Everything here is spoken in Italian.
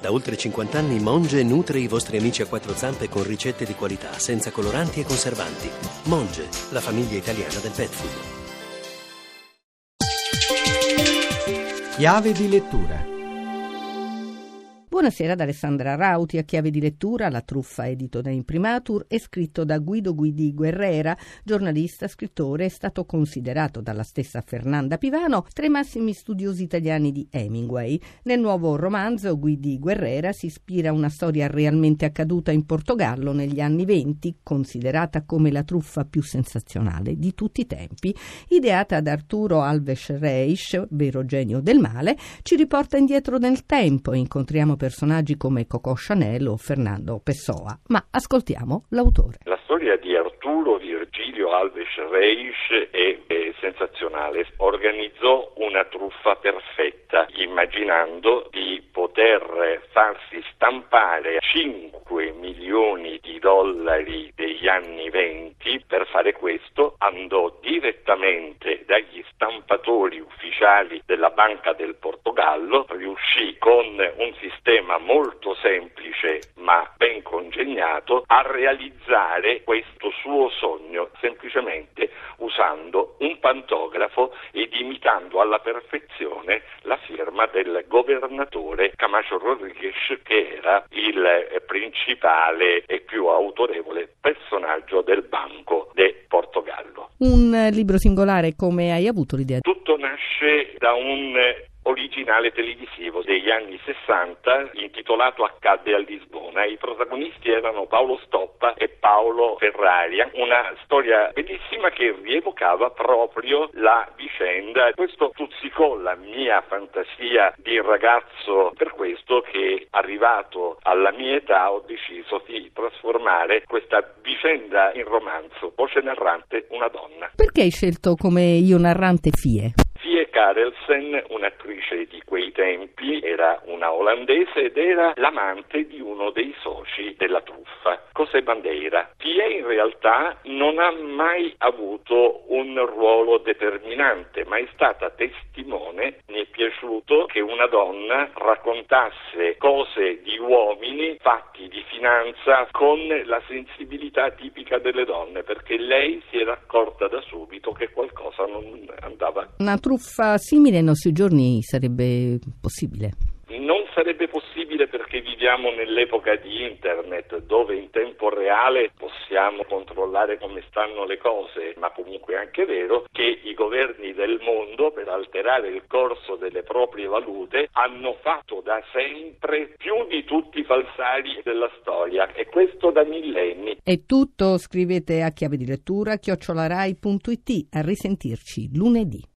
Da oltre 50 anni Monge nutre i vostri amici a quattro zampe con ricette di qualità, senza coloranti e conservanti. Monge, la famiglia italiana del pet food. Chiave di lettura. Buonasera ad Alessandra Rauti. A Chiave di lettura, La truffa, edito da Imprimatur, è scritto da Guido Guidi Guerrera, giornalista, scrittore. È stato considerato dalla stessa Fernanda Pivano tra i massimi studiosi italiani di Hemingway. Nel nuovo romanzo Guidi Guerrera si ispira a una storia realmente accaduta in Portogallo negli anni '20, considerata come la truffa più sensazionale di tutti i tempi. Ideata da Arturo Alves Reis, vero genio del male, ci riporta indietro nel tempo e incontriamo personaggi come Coco Chanel o Fernando Pessoa. Ma ascoltiamo l'autore. La storia di Arturo Virgilio Alves Reis è sensazionale. Organizzò una truffa perfetta, immaginando di poter farsi stampare 5 milioni di dollari degli anni '20. Per fare questo andò direttamente dagli stampatori ufficiali della Banca del Portogallo, riuscì con un sistema molto semplice ma ben congegnato a realizzare questo suo sogno, semplicemente usando un pantografo ed imitando alla perfezione la firma del governatore Camacho Rodrigues, che era il principale e più autorevole personaggio del Banco de Portogallo. Un libro singolare. Come hai avuto l'idea? Tutto nasce da un originale televisivo degli anni '60 intitolato Accadde a Lisbona. I protagonisti erano Paolo Stoppa e Paolo Ferraria, una storia bellissima che rievocava proprio la vicenda. Questo stuzzicò la mia fantasia di ragazzo, per questo che, arrivato alla mia età, ho deciso di trasformare questa vicenda in romanzo. Voce narrante una donna. Perché hai scelto come io narrante Fie? Fie Karelsen, un'attrice di quei tempi, era una olandese ed era l'amante di uno dei soci della truffa, José Bandeira. Fie in realtà non ha mai avuto un ruolo determinante, ma è stata testimone. Mi è piaciuto che una donna raccontasse cose di uomini, fatti di finanza, con la sensibilità tipica delle donne, perché lei si era accorta da subito che qualcosa non andava. Una truffa simile ai nostri giorni sarebbe possibile? Non sarebbe possibile, perché viviamo nell'epoca di internet, dove in tempo reale possiamo controllare come stanno le cose, ma comunque è anche vero che i governi del mondo, per alterare il corso delle proprie valute, hanno fatto da sempre più di tutti i falsari della storia, e questo da millenni. È tutto. Scrivete a chiave di lettura @rai.it. A risentirci lunedì.